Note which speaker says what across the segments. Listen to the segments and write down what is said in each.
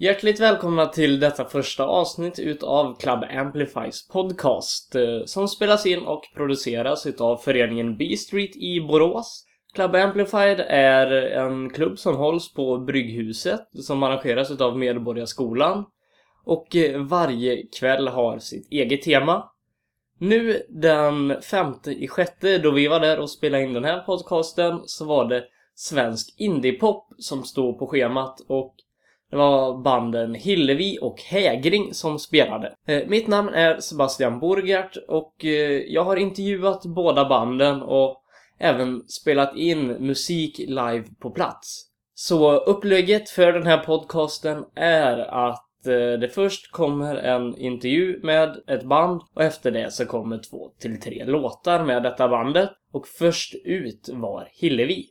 Speaker 1: Hjärtligt välkomna till detta första avsnitt utav Club Amplifys podcast som spelas in och produceras utav föreningen B-Street i Borås. Club Amplified är en klubb som hålls på Brygghuset som arrangeras utav Medborgarskolan och varje kväll har sitt eget tema. Nu den 5/6 då vi var där och spelade in den här podcasten så var det svensk indiepop som stod på schemat och det var banden Hillevi och Hägring som spelade. Mitt namn är Sebastian Borgert och jag har intervjuat båda banden och även spelat in musik live på plats. Så upplägget för den här podcasten är att det först kommer en intervju med ett band och efter det så kommer 2 till 3 låtar med detta bandet. Och först ut var Hillevi.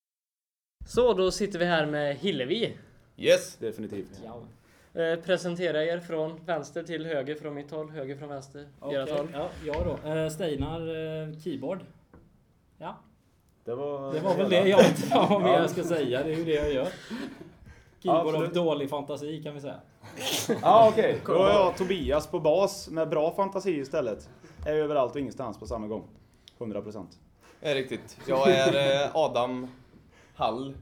Speaker 1: Så då sitter vi här med Hillevi.
Speaker 2: Yes, definitivt.
Speaker 1: Ja. Presentera er från vänster till höger från mitt håll, höger från vänster.
Speaker 3: Okej, ja, jag då. Steinar, keyboard. Ja.
Speaker 2: Det var
Speaker 3: väl det jag inte har mer jag ska säga. Det är ju det jag gör. Keyboard
Speaker 2: av
Speaker 3: dålig fantasi kan vi säga.
Speaker 2: Ja, okej. Då är jag Tobias på bas med bra fantasi istället. Jag är överallt och ingenstans på samma gång. 100%.
Speaker 4: Ja, riktigt. Jag är Adam Hall.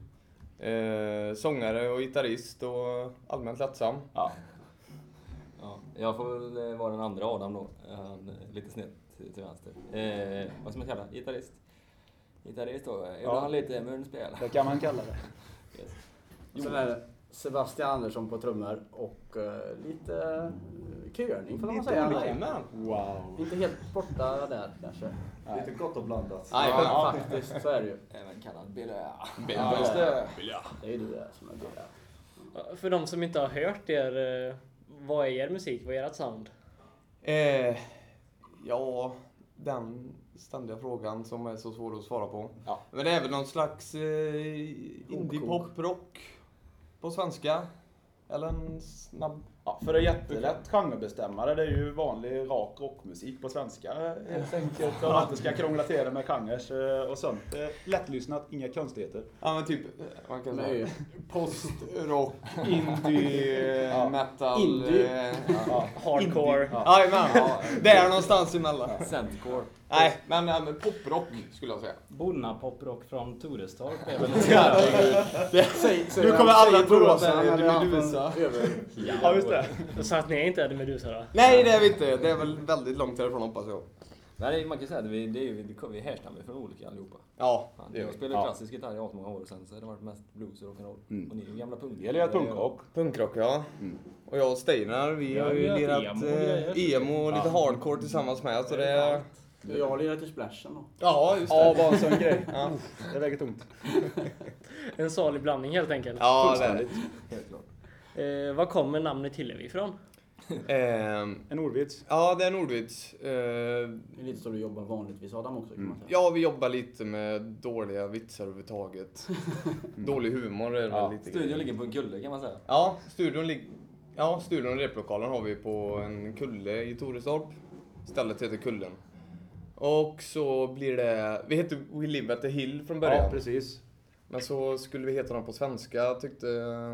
Speaker 4: Sångare och gitarrist och allmänt lättsam.
Speaker 2: Ja.
Speaker 5: Ja, jag får väl vara den andra Adam då. Han är lite snett till vänster. Vad ska man kalla? Gitarrist. Gitarrist då. Är han lite munspel?
Speaker 2: Det kan man kalla det.
Speaker 5: Yes.
Speaker 6: Sen är det Sebastian Andersson på trummor och lite körning får man säga.
Speaker 4: Jajamän.
Speaker 2: Wow.
Speaker 6: Inte helt borta där kanske.
Speaker 2: Lite gott och blandat.
Speaker 6: Ja, faktiskt så är det ju.
Speaker 5: Även kallad Billa.
Speaker 6: Det är ju du där som är det.
Speaker 1: För de som inte har hört er, vad är er musik? Vad är ert sound?
Speaker 4: Ja, den ständiga frågan som är så svår att svara på.
Speaker 2: Ja.
Speaker 4: Men det är väl någon slags indie-pop-rock på svenska. Eller en snabb...
Speaker 2: Ja, för det är jättelätt genrebestämmare. Det är ju vanlig rak rockmusik på svenska helt enkelt. Om man inte ska krångla till det med genrer och sånt. Lättlyssnat, inga konstigheter.
Speaker 4: Ja, men typ, man kan säga
Speaker 6: Nej.
Speaker 4: post-rock, indie, metal.
Speaker 6: Indie.
Speaker 1: Hardcore.
Speaker 4: Jajamän, det är någonstans emellan.
Speaker 5: Centercore.
Speaker 4: Nej, men poprock skulle jag säga.
Speaker 3: Bonna poprock från Torestorp är väl
Speaker 4: Nu kommer alla tro att det
Speaker 6: han
Speaker 4: är
Speaker 6: eller
Speaker 4: Medusa.
Speaker 6: han över.
Speaker 2: Ja, just det.
Speaker 1: Så att ni är inte Eddie Meduza då?
Speaker 4: Nej, det är vi inte. Det är väl väldigt långt härifrån hoppas jag.
Speaker 5: Nej, man kan säga att vi härstammar från olika allihopa.
Speaker 4: Ja,
Speaker 5: Fan,
Speaker 4: det gör
Speaker 5: jag
Speaker 4: vi.
Speaker 5: spelade klassisk gitarr i 18 många år och sen så har det varit mest blues och rock'n'roll. Och ni är ju gamla punk.
Speaker 2: Det gäller ju att punkrock.
Speaker 4: Punkrock, ja. Och jag och Steinar, vi har ju
Speaker 3: vi har
Speaker 4: lirat emo och lite hardcore tillsammans med. Så det är...
Speaker 6: Jag har lirat i Splashen då.
Speaker 4: Ja, just det.
Speaker 2: Ja, bara en sån grej.
Speaker 4: Ja.
Speaker 2: Det väger tungt.
Speaker 1: En salig blandning helt enkelt.
Speaker 4: Ja, det är det.
Speaker 5: Helt klart.
Speaker 1: Var kommer namnet Hillevi ifrån?
Speaker 2: En ordvits.
Speaker 4: Ja, det är en ordvits.
Speaker 6: Det är lite så du jobbar vanligtvis Adam också kan man säga.
Speaker 4: Ja, vi jobbar lite med dåliga vitsar överhuvudtaget. Dålig humor är det väl lite.
Speaker 5: Studion ligger på en kulle kan man säga.
Speaker 4: Ja, studion och replokalen har vi på en kulle i Torestorp. Stället heter Kullen. Och så blir det... Vi heter We Live at the Hill från början.
Speaker 2: Ja, precis.
Speaker 4: Men så skulle vi heta dem på svenska tyckte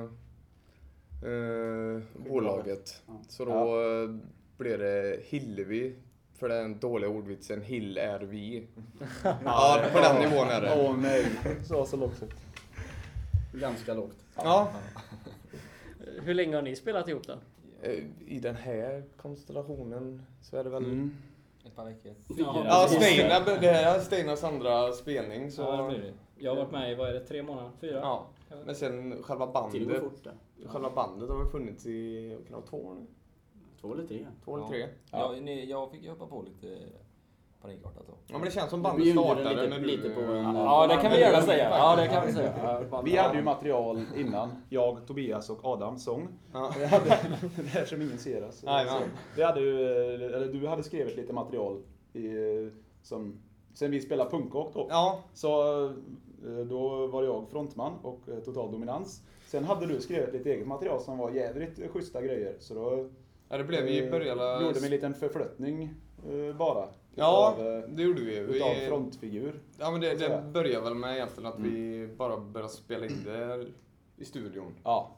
Speaker 4: bolaget. Så då blev det Hillevi. För den dåliga ordvitsen Hill är vi. Ja, på den nivån är det.
Speaker 2: Åh nej. Så lågt.
Speaker 6: Ganska lågt.
Speaker 4: Ja.
Speaker 1: Hur länge har ni spelat ihop då?
Speaker 4: I den här konstellationen så är det väl...
Speaker 5: Ett par veckor.
Speaker 4: Ja, det här är Steinars andra spelning. Så...
Speaker 3: Ja, det blir det. Jag har varit med i, vad är det, 3 månader? 4?
Speaker 4: Ja, men sen själva
Speaker 6: Till och med
Speaker 4: bandet.
Speaker 6: fort där.
Speaker 4: Själva bandet har väl funnits i 2 år nu.
Speaker 6: 2 eller 3.
Speaker 4: 2 eller 3.
Speaker 5: Ja. Jag fick ju hoppa på lite panikartat då.
Speaker 4: Ja, men det känns som
Speaker 6: Du
Speaker 4: bandet
Speaker 6: bjuder
Speaker 4: startade
Speaker 6: lite-
Speaker 4: när
Speaker 6: lite på en-
Speaker 5: Ja, det kan vi gärna säga. Ja, det kan vi säga.
Speaker 2: Vi hade ju material innan. Jag, Tobias och Adam sång.
Speaker 4: Ja.
Speaker 2: Det hade det här som ingen ser. Alltså.
Speaker 4: Nej,
Speaker 2: Så vi hade ju, eller du hade skrivit lite material som sen vi spelade punkrock då.
Speaker 4: Ja.
Speaker 2: Så då var jag frontman och total dominans. Sen hade du skrivit lite eget material som var jädrigt schyssta grejer. Så då
Speaker 4: Ja, det blev vi i början.
Speaker 2: gjorde vi en liten förflyttning bara.
Speaker 4: Ja,
Speaker 2: utav,
Speaker 4: det gjorde vi.
Speaker 2: utav frontfigur.
Speaker 4: Ja, men det började väl med egentligen att vi bara började spela in det i studion.
Speaker 2: Ja.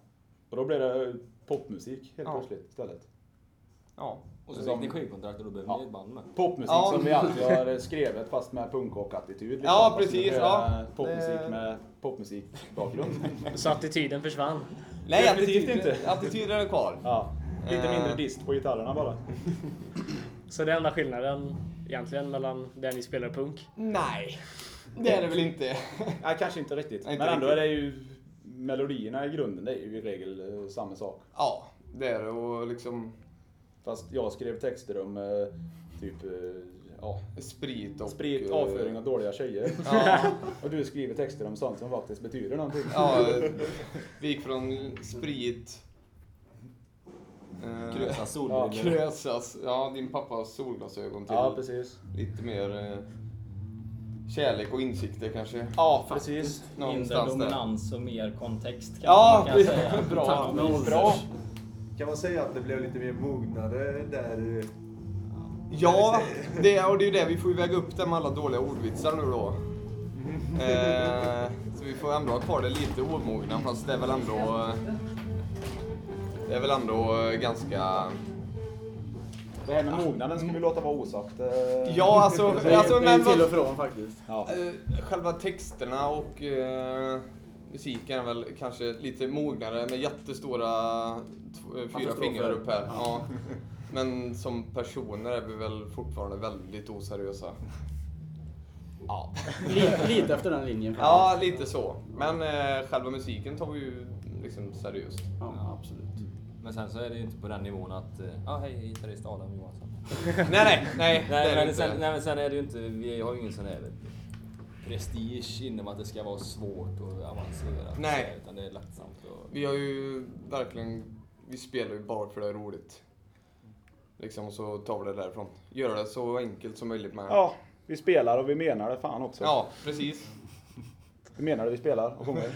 Speaker 2: Och då blev det popmusik helt
Speaker 4: Ja.
Speaker 2: plötsligt istället.
Speaker 4: Ja.
Speaker 5: Och så fick ni skivkontrakt och då behövde ni ett band med.
Speaker 2: Popmusik
Speaker 4: Ja.
Speaker 2: som vi alltid har skrivit fast med punkrock-attityd. Liksom.
Speaker 4: Ja,
Speaker 2: Fast
Speaker 4: precis,
Speaker 2: nu är
Speaker 4: ja.
Speaker 2: det Popmusik med popmusik-bakgrund.
Speaker 1: Så attityden försvann.
Speaker 4: Nej,
Speaker 2: Definitivt inte.
Speaker 4: Attityden är kvar.
Speaker 2: Ja. Lite mindre dist på gitarrerna bara.
Speaker 1: Så det är enda skillnaden egentligen mellan där ni spelar punk.
Speaker 4: Nej, det är det väl inte.
Speaker 2: Nej, kanske inte riktigt.
Speaker 4: Inte
Speaker 2: Men ändå
Speaker 4: riktigt.
Speaker 2: är det ju melodierna i grunden, det är ju i regel samma sak.
Speaker 4: Ja, det är det och liksom
Speaker 2: Fast jag skrev texter om typ
Speaker 4: sprit och...
Speaker 2: sprit, avföring och dåliga tjejer.
Speaker 4: Ja,
Speaker 2: Och du skriver texter om sånt som faktiskt betyder någonting.
Speaker 4: ja, vi gick från sprit...
Speaker 5: Krösa solbrillor.
Speaker 4: Krösas. Ja, din pappas solglasögon till
Speaker 2: Ja, precis.
Speaker 4: lite mer kärlek och insikter kanske.
Speaker 2: Ja, precis.
Speaker 3: Mindre
Speaker 4: Någonstans där.
Speaker 3: dominans och mer kontext kan
Speaker 4: Ja,
Speaker 3: man kan säga.
Speaker 4: bra.
Speaker 3: Tack med ålder.
Speaker 2: Bra.
Speaker 7: Kan man säga att det blev lite mer mognare där?
Speaker 4: Ja, det är ju det. Vi får ju väga upp det med alla dåliga ordvitsar nu då. Så vi får ändå ha kvar det lite omogna, fast det är väl ändå ganska...
Speaker 2: Det här med mognaden ska vi låta vara osagt.
Speaker 4: Ja, alltså
Speaker 6: Det är
Speaker 4: men
Speaker 6: till och från faktiskt.
Speaker 2: Ja.
Speaker 4: själva texterna och musiken är väl kanske lite mognare med jättestora 4
Speaker 6: förstår
Speaker 4: fingrar
Speaker 6: för.
Speaker 4: upp här. Ja. Men som personer är vi väl fortfarande väldigt oseriösa. Ja,
Speaker 6: Lite efter den linjen.
Speaker 4: ja lite så. Men själva musiken tar vi ju liksom seriöst.
Speaker 6: Ja, absolut.
Speaker 5: Men sen så är det ju inte på den nivån att... hej, gitarrist Adam Johansson.
Speaker 4: Nej, det är
Speaker 5: Nej,
Speaker 4: det
Speaker 5: men sen,
Speaker 4: inte.
Speaker 5: nej, men sen är det ju inte... Vi har ju ingen sån här prestige inom att det ska vara svårt och avancerat.
Speaker 4: Nej.
Speaker 5: Utan det är lättsamt. Och...
Speaker 4: Vi har ju verkligen... Vi spelar ju bara för det är roligt. Liksom, så tar vi det därifrån. Gör det så enkelt som möjligt med.
Speaker 2: Ja, vi spelar och vi menar det fan också.
Speaker 4: Ja, precis.
Speaker 2: Vi menar det vi spelar och sjunger.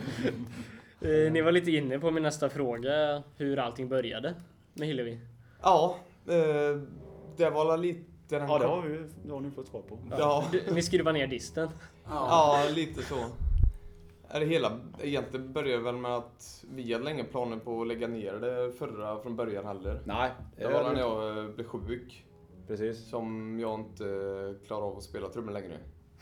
Speaker 1: Ni var lite inne på min nästa fråga, hur allting började med Hillevi.
Speaker 4: Ja, det var lite...
Speaker 2: Ja, det har ni fått svar på.
Speaker 4: Ja,
Speaker 1: Ni skruvar ner disten.
Speaker 4: ja, lite så. Det hela egentligen började väl med att vi hade länge planer på att lägga ner det förra från början heller.
Speaker 2: Nej,
Speaker 4: Det var när jag blev sjuk.
Speaker 2: Precis.
Speaker 4: Som jag inte klarar av att spela trummor längre.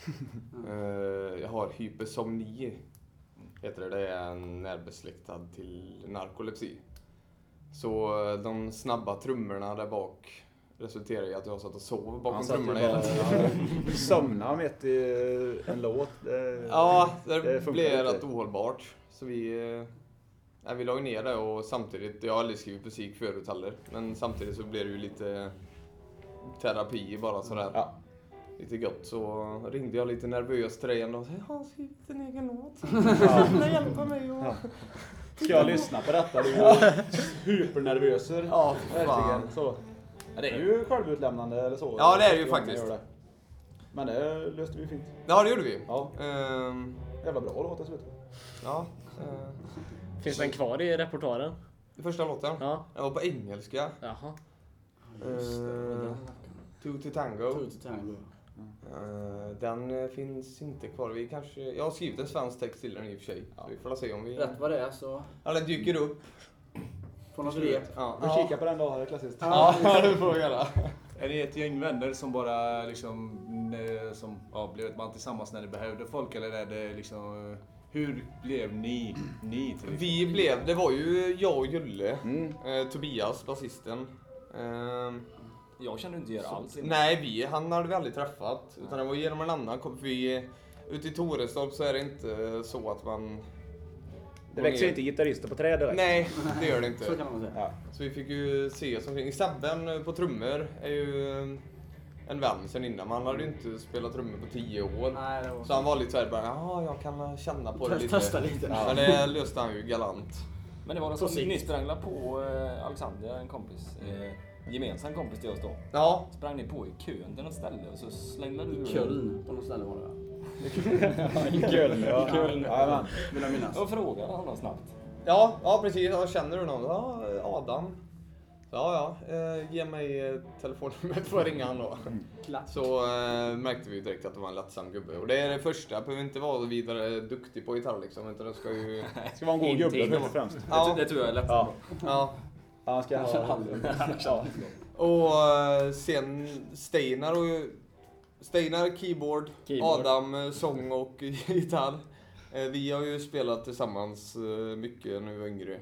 Speaker 4: Jag har hypersomni. Heter det. Det är närbesläktad till narkolepsi. Så de snabba trummorna där bak resulterar i att jag satt och sov bakom trummorna hela tiden.
Speaker 2: Sömna mitt i en låt.
Speaker 4: Ja,
Speaker 2: det
Speaker 4: det
Speaker 2: funkar
Speaker 4: blev
Speaker 2: inte.
Speaker 4: rätt ohållbart. Så vi la ju ner det och samtidigt, jag har aldrig skrivit musik förut heller. Men samtidigt så blev det ju lite terapi bara sådär.
Speaker 2: Ja.
Speaker 4: Lite gott, så ringde jag lite nervöst till dig och sa jag har skrivit en egen låt.
Speaker 2: Ja.
Speaker 4: Vill du hjälpa mig? Och...
Speaker 2: Ja. Ska jag lyssna på detta? Du är hypernervöser.
Speaker 4: Ja, fan.
Speaker 2: Verkligen. Så. Ja, det är ju självutlämnande eller så.
Speaker 4: Ja, det är det ju
Speaker 2: Första gången
Speaker 4: faktiskt.
Speaker 2: jag gör det. Men det löste vi fint.
Speaker 4: Ja, det gjorde vi.
Speaker 2: Ja. Jävla bra låt till slut.
Speaker 4: Ja.
Speaker 1: Finns den kvar i repertoaren?
Speaker 4: Första låten.
Speaker 1: Ja.
Speaker 4: Den var på engelska.
Speaker 1: Jaha.
Speaker 4: Two to Tango.
Speaker 6: Two to Tango.
Speaker 4: Den finns inte kvar. Jag har skrivit en svensk text till den i och för sig. Så vi får se om vi...
Speaker 6: Rätt vad det är så
Speaker 4: Ja, den dyker upp.
Speaker 6: får något rep.
Speaker 4: Ja.
Speaker 2: Vi kikar på den då, det är klassiskt.
Speaker 4: Ja, det får vi göra.
Speaker 7: Är ni ett gäng vänner som bara liksom, blev ett band tillsammans när ni behövde folk? Eller är det liksom, hur blev ni till
Speaker 4: Det var ju jag och Julle. Tobias, basisten.
Speaker 5: Jag kände inte göra alls innan.
Speaker 4: Nej, han hade vi aldrig träffat. Utan det var genom en annan kompis. Ute i Torestorp så är det inte så att man...
Speaker 2: Det växer inte gitarrister på träd direkt.
Speaker 4: Nej, det gör det
Speaker 6: Så
Speaker 4: inte.
Speaker 6: kan man säga.
Speaker 2: Ja.
Speaker 4: Så vi fick ju se oss omkring. Sebben på trummor är ju en vän sen innan. Man hade ju inte spelat trummor på 10 år.
Speaker 6: Nej, det var
Speaker 4: Så han var lite såhär bara, jag kan känna på det lite.
Speaker 6: Testa lite.
Speaker 4: Ja. Men det löste han ju galant.
Speaker 5: Men det var något
Speaker 6: På
Speaker 5: som
Speaker 6: sikt.
Speaker 5: ni sprang på Alexander, en kompis. Gemensam kompis till oss då.
Speaker 4: Ja,
Speaker 5: Sprang ni på i kön till något ställe och så slängde du...
Speaker 6: Köln på något ställe var det.
Speaker 2: Köln, ja.
Speaker 1: Köln.
Speaker 2: Jajamän.
Speaker 6: Vill jag minnas.
Speaker 5: Och frågade honom snabbt.
Speaker 4: ja precis. Ja, känner du någon? Ja, Adam. Ge mig telefonnumret för att ringa han då. Så märkte vi direkt att det var en lättsam gubbe. Och det är det första, jag behöver inte vara vidare duktig på gitarr liksom. Utan det ska ju...
Speaker 2: ska vara en god gubbe först och främst.
Speaker 5: Ja. Det tror jag är lätt.
Speaker 4: Ja.
Speaker 2: Han ska ha...
Speaker 4: Och sen Steinar keyboard, Adam sång och gitarr. Vi har ju spelat tillsammans mycket när vi var yngre.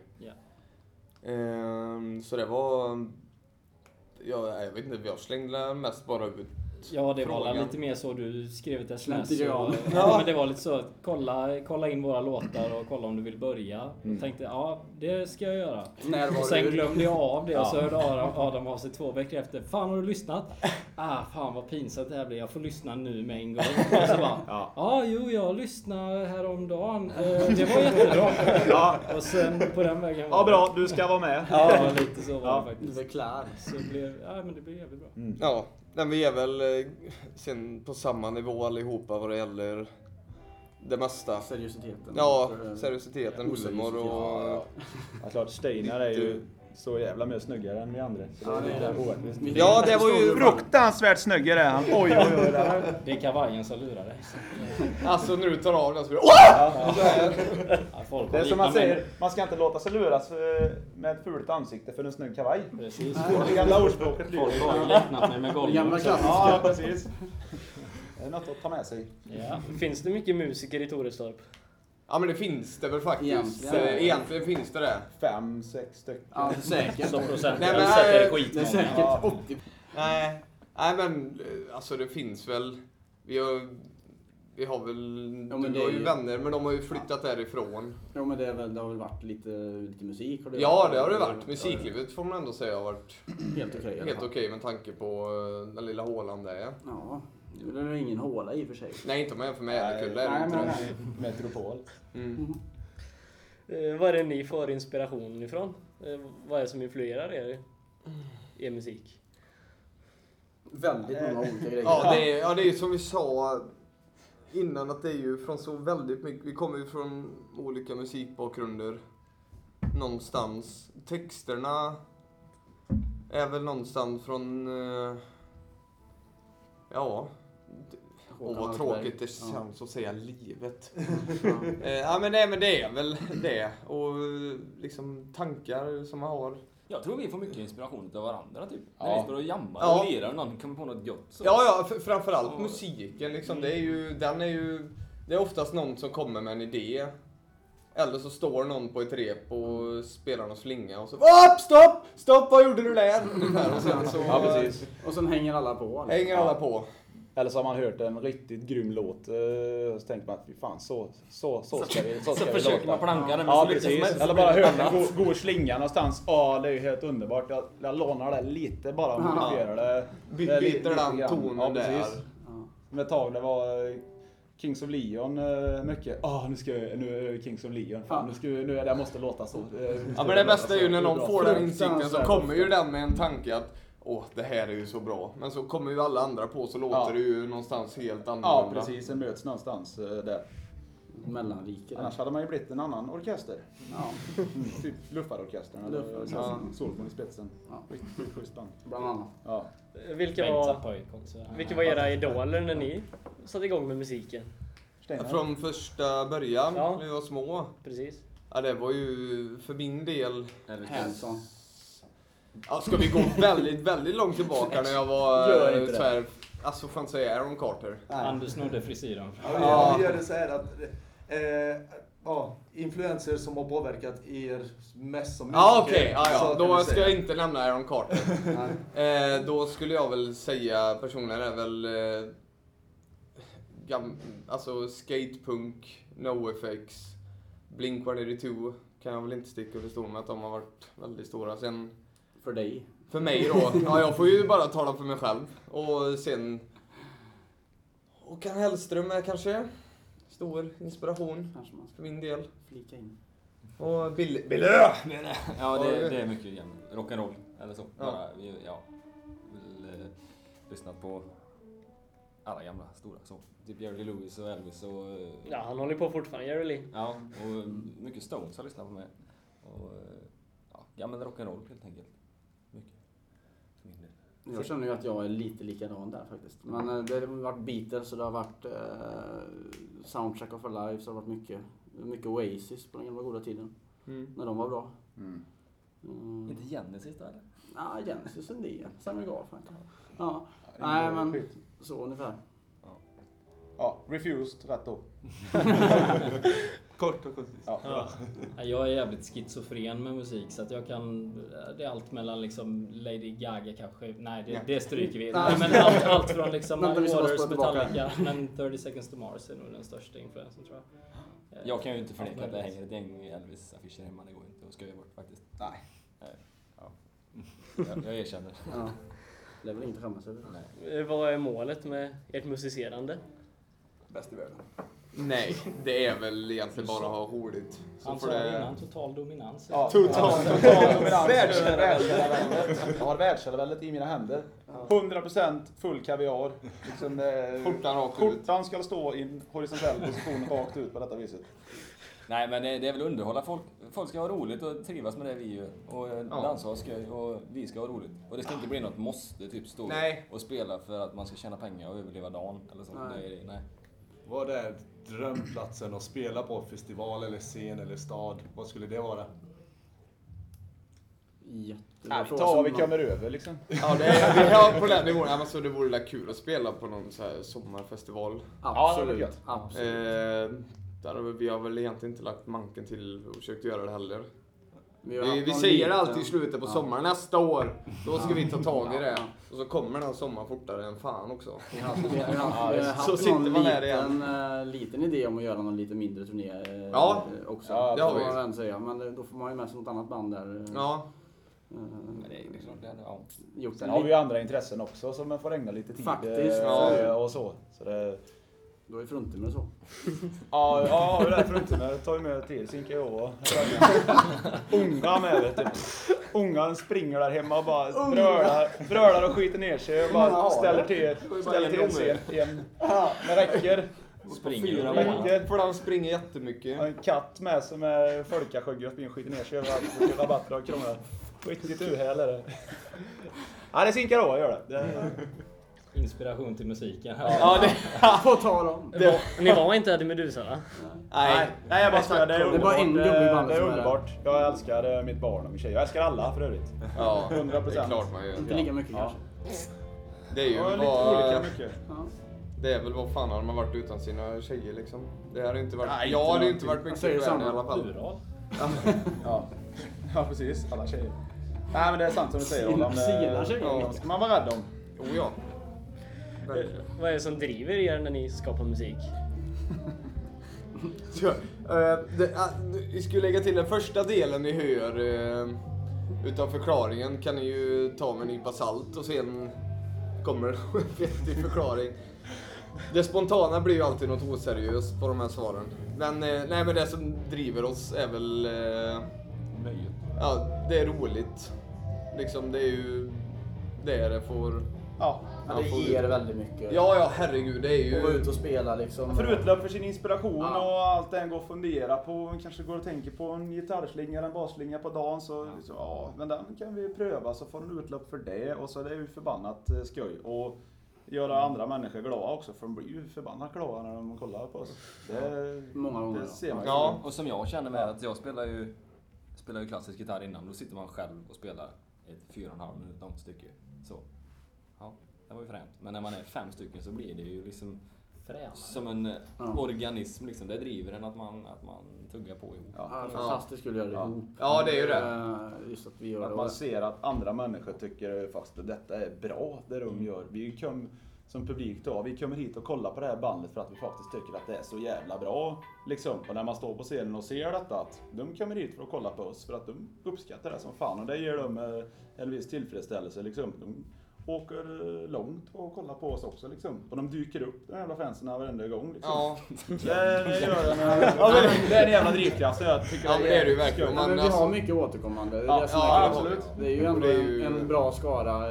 Speaker 4: Så det var... jag vet inte, jag slängde mest bara ut.
Speaker 3: Ja, det var lite mer så du skrev ett sms.
Speaker 6: Ja.
Speaker 3: Men det var lite så att kolla in våra låtar och kolla om du vill börja. Och tänkte, det ska jag göra. Och sen glömde jag av det och så hörde Adam av sig 2 veckor efter. Fan, har du lyssnat? Fan vad pinsamt det här blir. Jag får lyssna nu med en gång. Och så bara, jag lyssnade häromdagen. Det var jättebra. Och sen på den vägen var
Speaker 2: bra, du ska vara med.
Speaker 3: Ja, lite så var det faktiskt.
Speaker 6: Du är klar.
Speaker 3: Så men det blev jävligt bra.
Speaker 4: Ja, men vi är väl sen på samma nivå allihopa vad det gäller det mesta.
Speaker 6: Seriositeten.
Speaker 4: Ja, seriositeten, humor och...
Speaker 2: Ja, klart, Steinar är ju så jävla mer snyggare än vi andra.
Speaker 4: Ja, det var ju...
Speaker 2: fruktansvärt snyggare är han. Oj.
Speaker 3: Det är kavajen som lurar dig.
Speaker 4: Alltså när du tar av den så blir
Speaker 2: det är som man säger, man ska inte låta sig luras med ett fult ansikte för en snygg kavaj.
Speaker 3: Precis.
Speaker 2: Det gamla ordspråket lyder.
Speaker 3: Folk har ju liknat mig med golvet.
Speaker 6: Gamla klassiska.
Speaker 2: Ja, precis. Det är något att ta med sig.
Speaker 1: Ja. Finns det mycket musiker i Torestorp?
Speaker 4: Ja, men det finns det väl faktiskt. Egentligen finns det.
Speaker 2: 5-6 stycken.
Speaker 6: Ja, säkert.
Speaker 3: Så procent.
Speaker 4: Nej, men
Speaker 3: sätter det skit.
Speaker 6: Det är säkert 80.
Speaker 4: Nej, men alltså det finns väl... Vi har väl... vi har ju vänner, men de har ju flyttat därifrån.
Speaker 6: Jo, men det har väl varit lite musik.
Speaker 4: Det har det varit. Musiklivet får man ändå säga har varit
Speaker 6: helt okej.
Speaker 4: Med tanke på den lilla hålan där.
Speaker 6: Ja, det är ingen håla i och för sig.
Speaker 4: Nej, inte med för mig. Nej.
Speaker 2: Metropol.
Speaker 1: Vad är det ni får inspiration ifrån? Vad är det som influerar er musik?
Speaker 6: Väldigt många olika grejer.
Speaker 4: Ja, det är ju som vi sa innan, att det är ju från så väldigt mycket. Vi kommer ju från olika musikbakgrunder någonstans. Texterna är väl någonstans från vad tråkigt det känns att säga livet. Men det är väl det. Och liksom tankar som man har.
Speaker 5: Jag tror vi får mycket inspiration av varandra typ. När vi står och jammar och lirar och någon kommer på något gott. Så.
Speaker 4: Ja, framförallt musiken liksom. Det är oftast någon som kommer med en idé. Eller så står någon på ett rep och spelar någon slinga och så stopp, vad gjorde du där? Och sen så,
Speaker 2: precis.
Speaker 6: Och sen hänger alla på.
Speaker 2: Eller så har man hört en riktigt grym låt så tänker man att fy fan så ska vi
Speaker 5: så försöker man planka den med
Speaker 2: så
Speaker 5: mycket som
Speaker 2: precis.
Speaker 5: helst.
Speaker 2: Eller bara hört en god slinga någonstans. Det är ju helt underbart. Jag lånar det lite bara och modifierar det.
Speaker 4: Byter den tonen där.
Speaker 2: Med ett tag det var Kings of Leon mycket. Nu är det Kings of Leon. Fan, jag måste låta så.
Speaker 4: Men det bästa är ju när någon får den insikten så kommer ju den med en tanke att det här är ju så bra. Men så kommer ju alla andra på så låter det ju någonstans helt annorlunda.
Speaker 2: Ja, precis. Det möts någonstans där.
Speaker 6: Mellanriket.
Speaker 2: Annars hade man ju blivit en annan orkester. Typ Luffarorkestern eller Solfon i spetsen. Schysst band.
Speaker 6: Bland annat.
Speaker 2: Ja.
Speaker 1: Vilka var era idoler när ni satte igång med musiken?
Speaker 4: Från första början, när vi var små.
Speaker 1: Precis.
Speaker 4: Ja, det var ju för min del...
Speaker 6: Hanson.
Speaker 4: Ja, ska vi gå väldigt, väldigt långt tillbaka när jag var så här... Alltså får jag säga Aaron Carter.
Speaker 3: Anders snodde frisyren.
Speaker 8: Jag gör det så här att influenser som har påverkat er mest som musiker.
Speaker 4: Okej. Då ska jag inte nämna Aaron Carter. Då skulle jag väl säga personer är väl alltså skatepunk, NoFX, Blink-182 kan jag väl inte sticka under stol med att de har varit väldigt stora. Sen
Speaker 6: för dig.
Speaker 4: För mig då. Ja, jag får ju bara tala för mig själv. Och sen... Håkan Hellström är kanske stor inspiration för min del.
Speaker 6: Flika in.
Speaker 4: Och Billy.
Speaker 5: Ja, det är mycket igen. Rock'n'roll eller så. Bara, vill lyssna på alla gamla stora så. Typ Jerry Lee Lewis och Elvis och...
Speaker 1: Ja, han håller på fortfarande, Jerry Lee.
Speaker 5: Ja, och mycket Stones har lyssnat på mig. Och gammal rock'n'roll helt enkelt. mycket. För min del.
Speaker 6: Jag känner ju att jag är lite likadan där faktiskt. Men det har varit Beatles och det har varit Soundtrack of Our Lives. Det har varit mycket Oasis på den gamla goda tiden. När de var bra.
Speaker 5: Inte Genesis då eller?
Speaker 6: Ja, Genesis en del. Simon Garfunkel. Ja. Nej, men så ungefär.
Speaker 2: Ja, Refused, rätt då.
Speaker 8: Kort och koncist.
Speaker 2: Ja.
Speaker 3: Jag är jävligt schizofren med musik så att jag kan... Det är allt mellan liksom Lady Gaga kanske... Nej, det stryker vi. Nej, men allt från liksom My Waters, Metallica, men 30 Seconds to Mars är nog den största influensen tror jag.
Speaker 5: Jag kan ju inte förneka att det hänger ett gäng Elvis-affischer hemma. Det går inte att skoja bort faktiskt.
Speaker 2: Nej.
Speaker 5: Ja. Jag erkänner.
Speaker 6: Ja. Det är väl inget att skämmas över.
Speaker 1: Vad är målet med ert musicerande?
Speaker 2: Bäst i världen.
Speaker 4: Nej, det är väl egentligen bara att ha roligt.
Speaker 3: Han sa det innan, total dominans.
Speaker 2: Ja, total dominans. Världsherraväldet. Jag har världsherraväldet i mina händer. 100% full kaviar. Liksom, skjortan ska stå i en horisontell position rakt ut på detta viset.
Speaker 5: Nej, men det är väl underhålla folk ska ha roligt och trivas med det vi gör. Och dansa och skoj och vi ska ha roligt. Och det ska inte bli något måste typ stå och spela för att man ska tjäna pengar och överleva dagen eller så. Nej.
Speaker 7: Vad är drömplatsen att spela på? Festival eller scen eller stad? Vad skulle det vara?
Speaker 2: Vi tar vad vi kommer över liksom.
Speaker 4: Ja, vi har på den nivån. Alltså, det vore där kul att spela på någon så här sommarfestival.
Speaker 6: Absolut.
Speaker 4: Vi har väl egentligen inte lagt manken till och försökt göra det heller.
Speaker 6: Vi
Speaker 4: säger alltid i slutet på sommaren, nästa år, då ska vi ta tag i det. Och så kommer den sommaren fortare än fan också.
Speaker 6: Så sitter man där igen. En liten idé om att göra någon lite mindre turné också.
Speaker 4: Ja, det har vi.
Speaker 6: Säga. Men då får man ju med sig något annat band där.
Speaker 4: Ja.
Speaker 2: Sen har vi ju andra intressen också som man får ägna lite tid
Speaker 6: faktiskt,
Speaker 2: och så det...
Speaker 6: Då är Fruntimmer så.
Speaker 2: Ja, det är Fruntimmer. Tar ju med till Sinka och unga med vet du. Ungan springer där hemma och bara brölar och skiter ner sig och bara ställer till en scen igen. Det räcker.
Speaker 4: För de springer jättemycket.
Speaker 2: En katt med som är folkasjögg och skiter ner sig överallt. Rabatter och krånglar. Skit inte du heller. Ja, det är Sinka då, gör det.
Speaker 3: Inspiration till musiken.
Speaker 6: Ja, det får ta dem.
Speaker 1: Ni var inte Eddie Meduza va?
Speaker 2: Nej, jag bara skojar. Det är
Speaker 6: bara en gubbe i bandet.
Speaker 2: Det är underbart. Jag älskar mitt barn och min tjej. Jag älskar alla för övrigt.
Speaker 4: Ja,
Speaker 2: 100%.
Speaker 4: det är klart man gör.
Speaker 6: Inte lika mycket kanske.
Speaker 4: Det är ju
Speaker 2: lite olika mycket.
Speaker 4: Det är väl vad fan har man varit utan sina tjejer liksom. Det har inte varit. Jag har inte varit mycket i världen i alla fall.
Speaker 2: Ja, precis. Alla tjejer. Nej, men det är sant som du säger. Sina tjejer ska man vara rädd om.
Speaker 4: Ja.
Speaker 1: Vad är det som driver er när ni skapar musik?
Speaker 4: Vi skulle lägga till den första delen ni hör utav förklaringen kan ni ju ta med en nypa salt och sen kommer en vettig förklaring. Det spontana blir ju alltid något oseriöst på de här svaren. Men nej, men det som driver oss är väl
Speaker 5: nöjet.
Speaker 4: Ja, det är roligt. Liksom det är ju det får.
Speaker 6: Ja, det ger väldigt mycket.
Speaker 4: Ja, herregud, det är ju...
Speaker 6: Gå ut och spela liksom.
Speaker 2: För utlöp för sin inspiration och allt den går att fundera på. Man kanske går och tänker på en gitarrslinga eller en basslinga på dagen. Så men den kan vi pröva så får en utlöp för det. Och så är det ju förbannat skoj. Och göra andra människor glada också. För de blir ju förbannat glada när de kollar på oss.
Speaker 6: Många gånger.
Speaker 2: Det ser man.
Speaker 5: Ja, och som jag känner med att jag spelar ju klassisk gitarr innan. Då sitter man själv och spelar ett 4,5 minut långt stycke. Så. Ja, det var ju främt. Men när man är 5 stycken så blir det ju liksom som en organism liksom. Det driver en att man tuggar på ihop.
Speaker 6: Ja, fantastiskt skulle göra det ihop.
Speaker 4: Ja, det är ju det.
Speaker 6: Just att vi gör
Speaker 2: att man ser att andra människor tycker fast att detta är bra det de gör. Vi som publik då, vi kommer hit och kollar på det här bandet för att vi faktiskt tycker att det är så jävla bra. Liksom. Och när man står på scenen och ser detta, att de kommer hit för att kolla på oss för att de uppskattar det som fan. Och det ger dem en viss tillfredsställelse. Liksom. De åker långt och kollar på oss också. Liksom. Och de dyker upp de jävla fansen varenda gång. Liksom.
Speaker 4: Ja.
Speaker 2: Det är en jävla drivkraft. Jag tycker
Speaker 4: det är det ju verkligen.
Speaker 6: Men vi har mycket återkommande. Det är det som
Speaker 2: är absolut.
Speaker 6: Det är ju ändå en bra skara.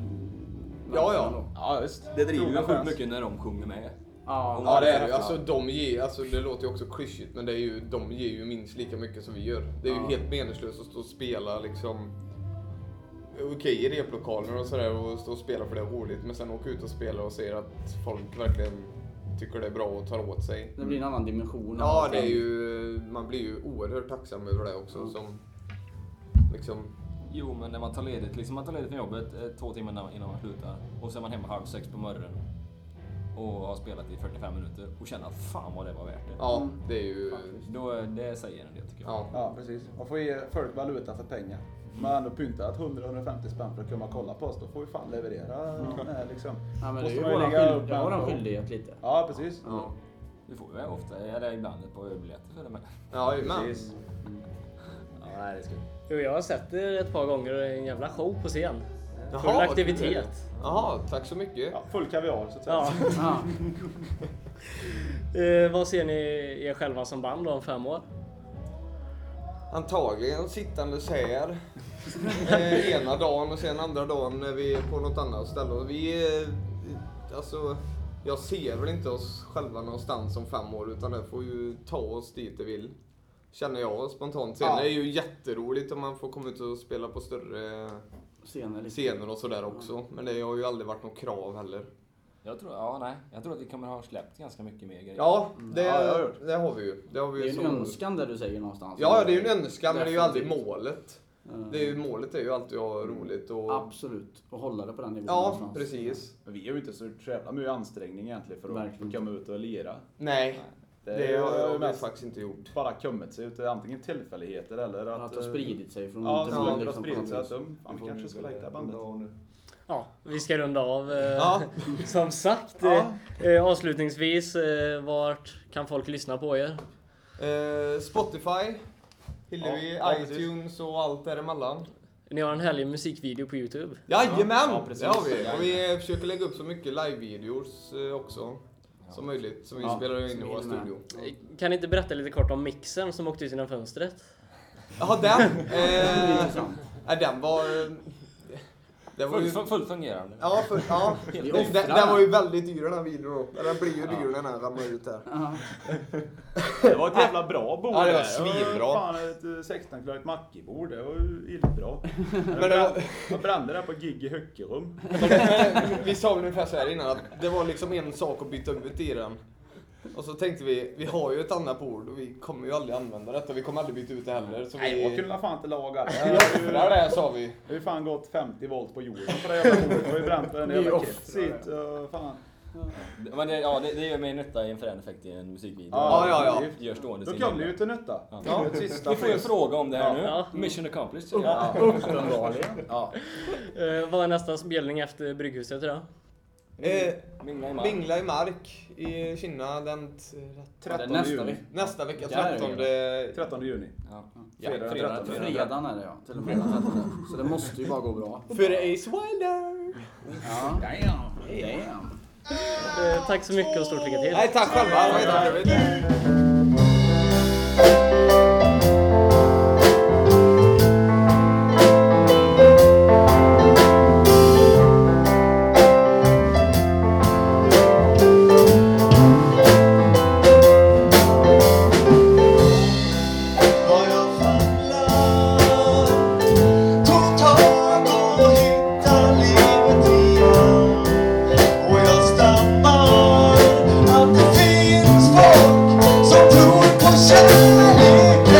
Speaker 4: Ja, just.
Speaker 5: Det driver ju sjukt mycket när de sjunger med.
Speaker 4: Ja, det är det ju. Alltså, det låter ju också klyschigt, men de ger ju minst lika mycket som vi gör. Det är ju helt meningslöst att stå och spela liksom okej i replokalen och sådär och stå och spela för det är roligt. Men sen åka ut och spela och se att folk verkligen tycker det är bra och tar åt sig.
Speaker 6: Det blir en annan dimension.
Speaker 4: Ja, det är ju, man blir ju oerhört tacksam över det också. Som, liksom...
Speaker 5: Jo, men när man tar ledigt från jobbet 2 timmar innan man slutar. Och så är man hemma 5:30 på morgonen. Och har spelat i 45 minuter och känner att fan vad det var värt det.
Speaker 4: Ja, det är ju...
Speaker 5: Det säger en del tycker jag.
Speaker 2: Ja, precis. Man får ge folk valuta för pengar. Man har ändå pyntat 100-150 spänn för att kunna kolla på oss. Då får vi fan leverera. Liksom.
Speaker 6: Ja, men det är
Speaker 2: Måste
Speaker 6: ju våran skyldighet lite.
Speaker 2: Ja, precis.
Speaker 6: Ja.
Speaker 5: Det får vi ofta, eller ibland ett par ölbiljetter för det med.
Speaker 4: Ja,
Speaker 2: Precis.
Speaker 5: Ja, nej, det är skoj.
Speaker 1: Jo, jag har sett det ett par gånger, en jävla show på scen.
Speaker 4: Jaha,
Speaker 1: Full
Speaker 4: vad
Speaker 1: aktivitet.
Speaker 4: Jaha, tack så mycket.
Speaker 2: Ja, full kaviar så att säga.
Speaker 1: Ja.
Speaker 6: Ja.
Speaker 1: Vad ser ni er själva som band då om 5 år?
Speaker 4: Antagligen sittandes här ena dagen och sen andra dagen när vi är på något annat ställe. Vi alltså, jag ser väl inte oss själva någonstans om 5 år utan det får ju ta oss dit det vill. Känner jag spontant. Sen är det ju jätteroligt om man får komma ut och spela på större scener och sådär också. Men det har ju aldrig varit något krav heller.
Speaker 5: Jag tror att vi kommer ha släppt ganska mycket mer grejer.
Speaker 4: Ja, det har vi ju.
Speaker 6: Det är ju en önskan där du säger någonstans.
Speaker 4: Ja, det är ju en önskan men det är ju aldrig målet. Målet är ju alltid att ha roligt och...
Speaker 6: Absolut, och hålla det på den nivån.
Speaker 4: Ja,
Speaker 6: någonstans.
Speaker 4: precis.
Speaker 2: Men vi är ju inte så jävla mycket ansträngning egentligen för att komma ut och lira.
Speaker 4: Nej. Det har vi faktiskt inte gjort.
Speaker 2: Bara kommit sig ut, antingen tillfälligheter eller
Speaker 6: att det har spridit sig från
Speaker 2: ja,
Speaker 6: till
Speaker 2: det har
Speaker 6: liksom,
Speaker 2: spridit sig att vi kanske ska lägga bandet.
Speaker 1: Ja, vi ska runda av.
Speaker 4: Ja.
Speaker 1: Som sagt, avslutningsvis, vart kan folk lyssna på er?
Speaker 4: Spotify, Hillevi,
Speaker 2: Ja,
Speaker 4: iTunes och allt däremellan.
Speaker 1: Ni har en härlig musikvideo på YouTube.
Speaker 4: Jajamän!
Speaker 2: Ja, precis.
Speaker 4: Det har vi. Och vi försöker lägga upp så mycket live-videos också som möjligt som vi spelar in i vår studio.
Speaker 1: Kan ni inte berätta lite kort om mixen som åkte ut genom fönstret?
Speaker 4: Jaha, den! Den var... Det var ju...
Speaker 5: Fullt fungerande.
Speaker 4: Ja, den var ju väldigt dyr den här videon. Den blir ju dyr när den ramlar ut här.
Speaker 2: Det var ett jävla bra bord.
Speaker 4: Ja, det var svinbra.
Speaker 2: Fan, ett 16-klarigt mackibord. Det var ju bra.
Speaker 4: Men
Speaker 2: jag brände där på gig i Höckerum.
Speaker 4: Vi sa väl ungefär så här innan att det var liksom en sak att byta ut i den. Och så tänkte vi har ju ett annat bord och vi kommer ju aldrig använda detta. Vi kommer aldrig byta ut det heller. Så
Speaker 2: Nej, jag kunde fan inte laga det.
Speaker 4: Vi offrar det, sa vi.
Speaker 2: Det har ju fan gått 50 volt på jorden på det jävla bordet. Det har ju bränt en jävla krets hit. Fan.
Speaker 5: Men det gör mig nytta i en effekt i en musikvideo.
Speaker 4: Ja.
Speaker 5: Gör stående
Speaker 2: Då kom det ju till nytta.
Speaker 4: Ja.
Speaker 5: Vi får ju en fråga om det här nu.
Speaker 1: Ja.
Speaker 5: Mission accomplished.
Speaker 2: Ja, uppenbarligen.
Speaker 4: Ja.
Speaker 1: Vad är nästa spelning efter Brygghuset idag?
Speaker 4: Mingla i mark i Kina den 13 juni. Nästa vecka,
Speaker 2: 13 juni.
Speaker 5: Ja.
Speaker 6: Fredagen är det till och med den 13. Så det måste ju bara gå bra.
Speaker 4: För Ace Wilder!
Speaker 6: Ja. Damn.
Speaker 1: Tack så mycket och stort lycka till.
Speaker 4: Nej, tack själva.
Speaker 9: Att det finns folk som tror på kärlek.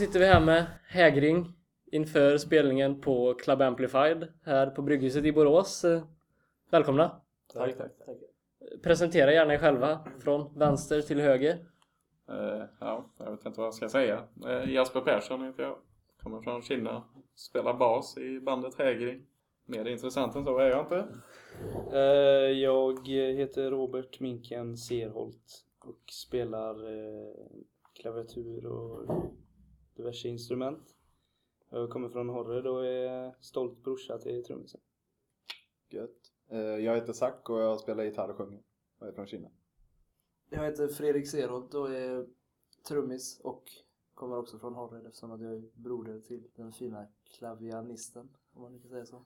Speaker 1: sitter vi här med Hägring inför spelningen på Club Amplified här på Brygghuset i Borås. Välkomna.
Speaker 6: Tack.
Speaker 1: Presentera gärna er själva från vänster till höger.
Speaker 9: Ja, jag vet inte vad jag ska säga. Jasper Persson heter jag. Kommer från Kina. Spelar bas i bandet Hägring. Mer intressant än så är jag inte.
Speaker 10: Jag heter Robert Minken Serholt och spelar klaviatur och diverse instrument. Jag kommer från Horred och är stolt brorsa till trummisen.
Speaker 11: Gött. Jag heter Zack och jag spelar gitarr och sjunger. Jag är från Kina.
Speaker 12: Jag heter Fredrik Serholt och är trummis och kommer också från Horred eftersom att jag är broder till den fina klavianisten, om man kan säga så.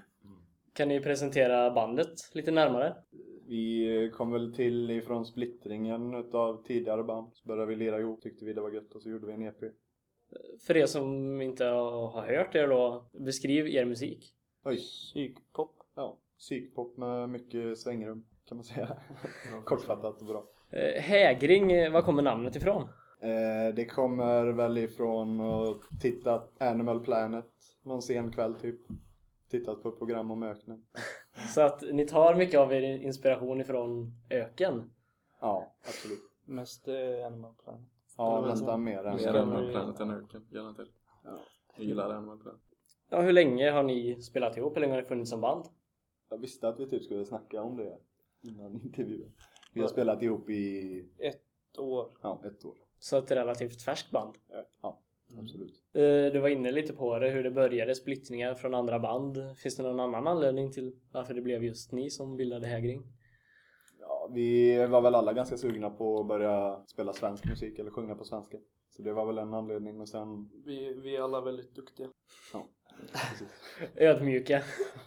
Speaker 1: Kan ni presentera bandet lite närmare?
Speaker 11: Vi kom väl till ifrån splittringen utav tidigare band. Så började vi lira ihop, tyckte vi det var gött och så gjorde vi en EP.
Speaker 1: För er som inte har hört er då, beskriv er musik.
Speaker 11: Psykpop. Ja, psykpop med mycket svängrum kan man säga. Kortfattat och bra.
Speaker 1: Hägring, var kommer namnet ifrån?
Speaker 11: Det kommer väl ifrån att titta Animal Planet någon sen kväll typ. Tittat på ett program om öknen.
Speaker 1: Så att ni tar mycket av er inspiration ifrån öken?
Speaker 11: Ja, absolut.
Speaker 10: Mest Animal Planet.
Speaker 11: Ja, nästan mer än
Speaker 9: Animal Planet än öken, gärna till. Ja. Jag gillar Animal Planet.
Speaker 1: Ja, hur länge har ni spelat ihop? Hur länge har ni funnits som band?
Speaker 11: Jag visste att vi typ skulle snacka om det innan intervjun. Vi har spelat ihop i
Speaker 10: 1 år.
Speaker 11: Ja, 1 år.
Speaker 1: Så ett relativt färskt band?
Speaker 11: Ja, absolut.
Speaker 1: Du var inne lite på det, hur det började, splittringar från andra band. Finns det någon annan anledning till varför det blev just ni som bildade Hägring?
Speaker 11: Ja, vi var väl alla ganska sugna på att börja spela svensk musik eller sjunga på svenska. Så det var väl en anledning och sen...
Speaker 10: Vi är alla väldigt duktiga.
Speaker 11: Ja, precis.
Speaker 1: Ödmjuka.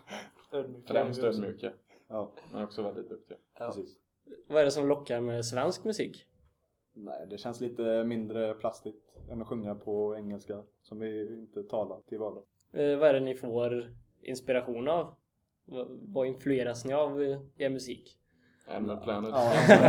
Speaker 9: Främst ödmjuka.
Speaker 11: Ja.
Speaker 9: Men också väldigt duktiga.
Speaker 11: Ja. Precis.
Speaker 1: Vad är det som lockar med svensk musik?
Speaker 11: Nej, det känns lite mindre plastigt än att sjunga på engelska som vi inte talar till vardag.
Speaker 1: Vad är det ni får inspiration av? Vad influeras ni av er musik?
Speaker 9: Animal Planet.
Speaker 11: Ja,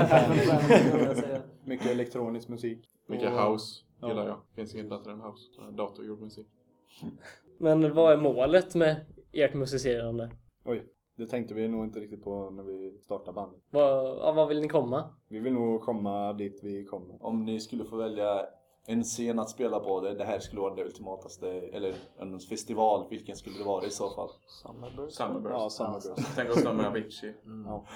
Speaker 11: mycket elektronisk musik.
Speaker 9: Mycket house gillar jag. Finns inget bättre än house. Datorgjord musik.
Speaker 1: Men vad är målet med ert musicerande?
Speaker 11: Oj, det tänkte vi nog inte riktigt på när vi startade bandet.
Speaker 1: Vad vill ni komma?
Speaker 11: Vi vill nog komma dit vi kommer.
Speaker 8: Om ni skulle få välja en scen att spela på, det här skulle vara det ultimataste, eller en festival, vilken skulle det vara i så fall?
Speaker 9: Summerburst.
Speaker 11: Ja, Summerburst.
Speaker 9: Tänk oss med Avicii.
Speaker 11: Ja.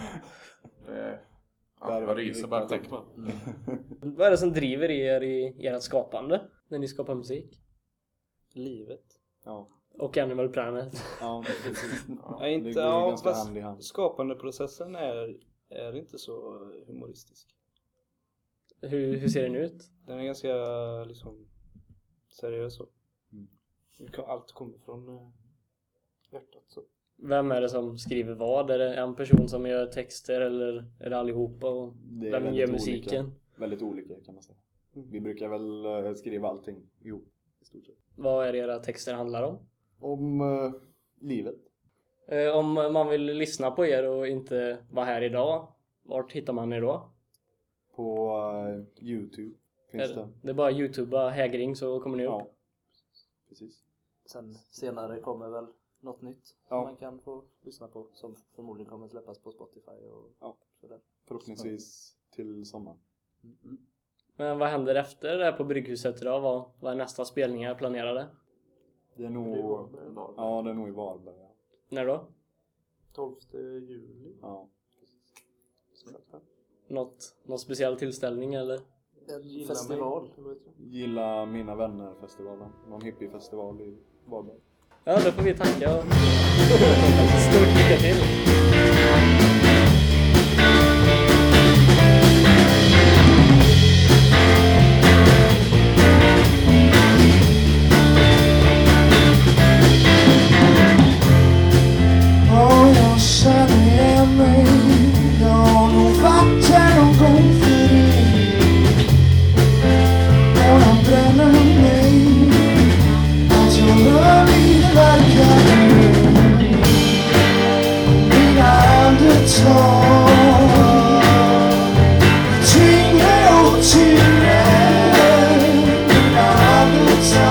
Speaker 9: Jag ryser bara tänk på.
Speaker 1: Vad är det som driver er i ert skapande när ni skapar musik?
Speaker 10: Livet.
Speaker 11: Ja.
Speaker 1: Och Animal Planet.
Speaker 11: Ja, precis.
Speaker 10: Ja, inte,
Speaker 11: det går
Speaker 10: ja,
Speaker 11: ganska hand i hand.
Speaker 10: Skapandeprocessen är inte så humoristisk.
Speaker 1: Hur ser den ut?
Speaker 10: Den är ganska liksom seriös så. Allt kommer från hjärtat så.
Speaker 1: Vem är det som skriver vad? Är det en person som gör texter eller är det allihopa? Och vem gör musiken?
Speaker 11: Olika. Väldigt olika kan man säga. Vi brukar väl skriva allting ihop i stort sett.
Speaker 1: Vad är det era texter handlar om?
Speaker 11: Om livet.
Speaker 1: Om man vill lyssna på er och inte vara här idag, vart hittar man er då?
Speaker 11: På YouTube finns det.
Speaker 1: Det är bara YouTubea Hägring så kommer ni upp.
Speaker 11: Ja, precis.
Speaker 12: Sen senare kommer väl något nytt som man kan få lyssna på, som förmodligen kommer släppas på Spotify och sådär.
Speaker 11: Förhoppningsvis till sommaren.
Speaker 1: Men vad händer efter det här på Brygghuset idag? Vad är nästa spelningar planerade?
Speaker 11: Det är nog i Varberg. Ja.
Speaker 1: När då?
Speaker 10: 12 juli.
Speaker 11: Ja.
Speaker 1: Något speciell tillställning eller?
Speaker 12: En festival.
Speaker 11: Gilla mina vänner-festivalen. Någon hippiefestival i Varberg.
Speaker 1: Ja, då får vi tacka. Stort lycka till.
Speaker 13: Time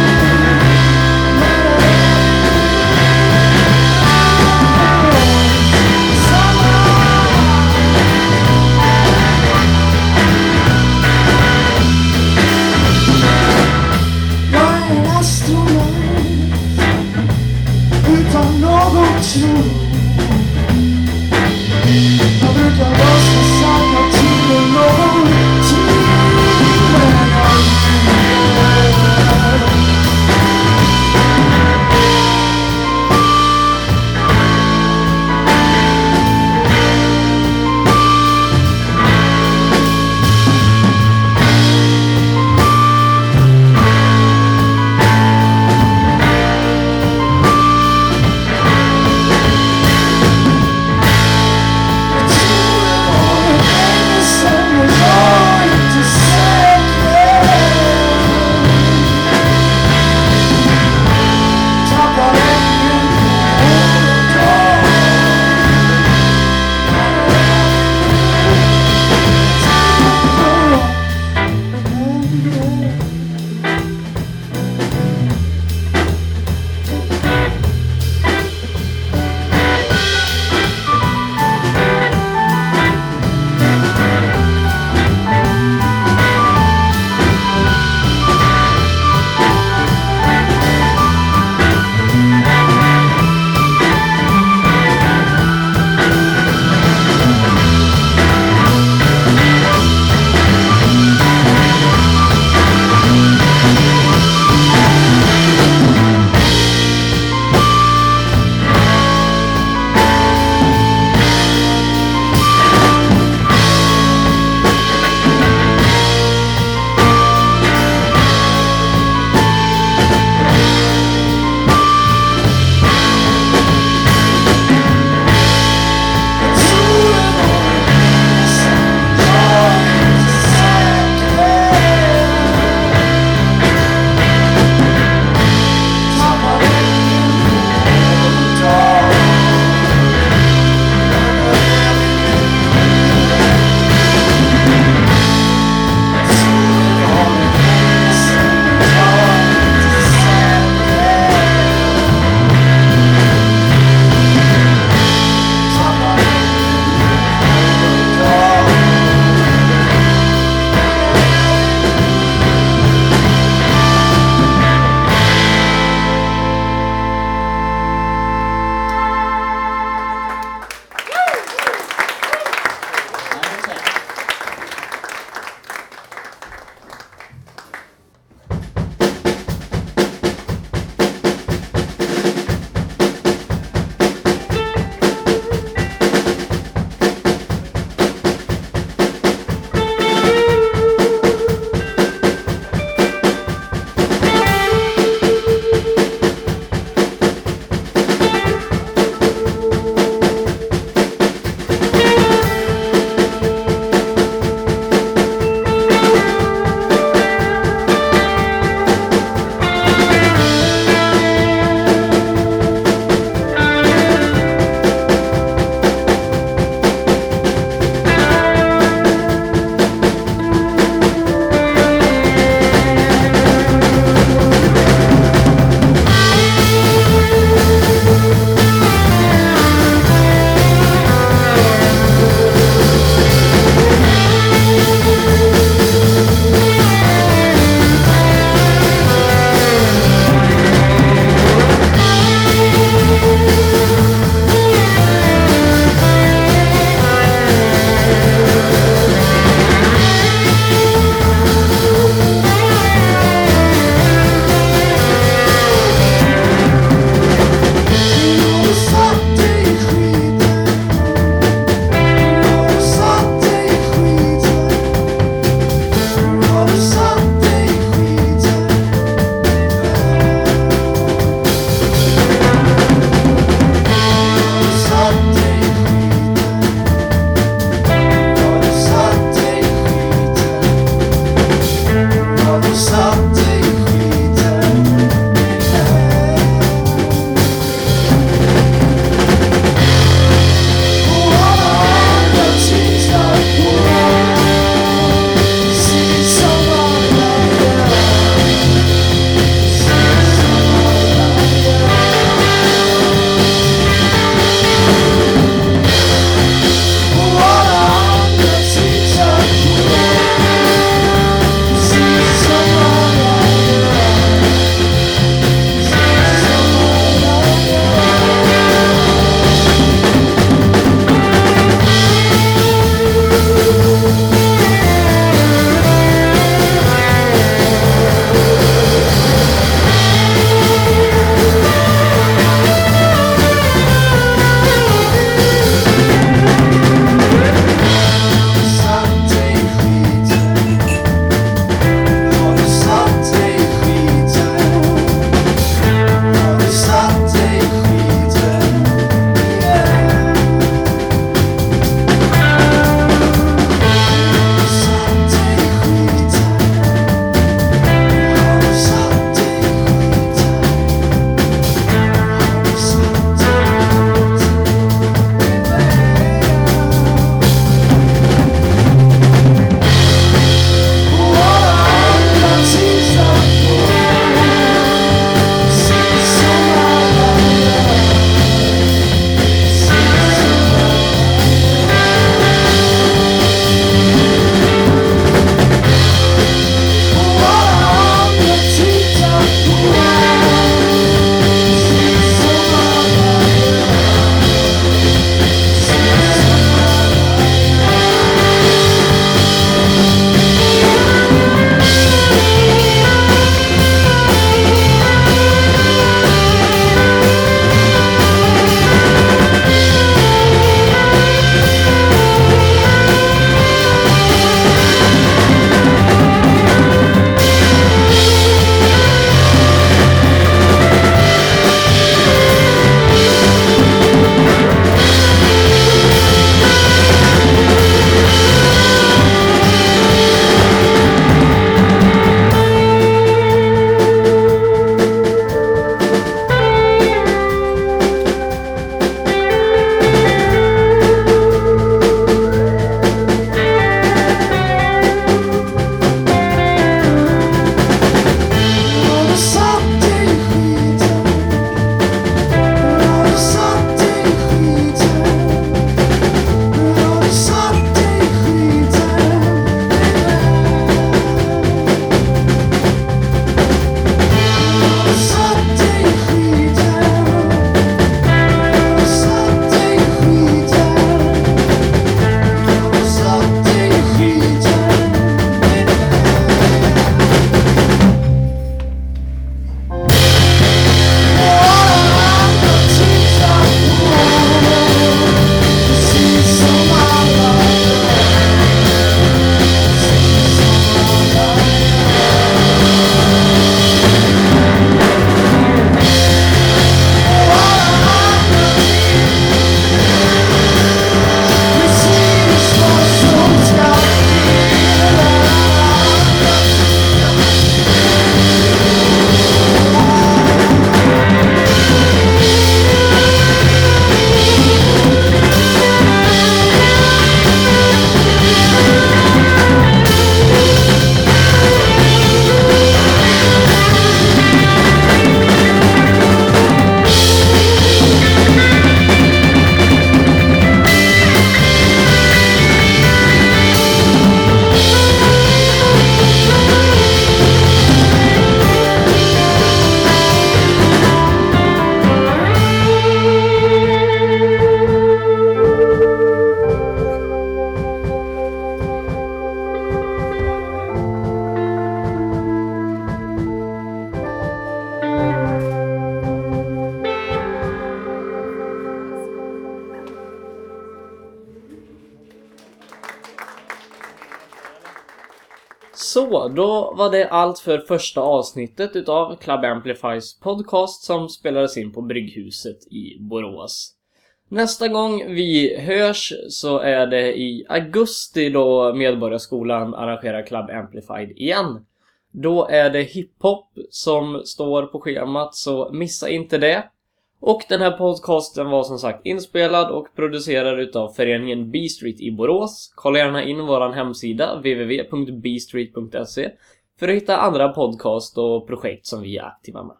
Speaker 1: Så, då var det allt för första avsnittet utav Club Amplifys podcast som spelades in på Brygghuset i Borås. Nästa gång vi hörs så är det i augusti då Medborgarskolan arrangerar Club Amplified igen. Då är det hiphop som står på schemat, så missa inte det. Och den här podcasten var som sagt inspelad och producerad utav föreningen B Street i Borås. Kolla gärna in våran hemsida www.bstreet.se för att hitta andra podcast och projekt som vi är aktiva med.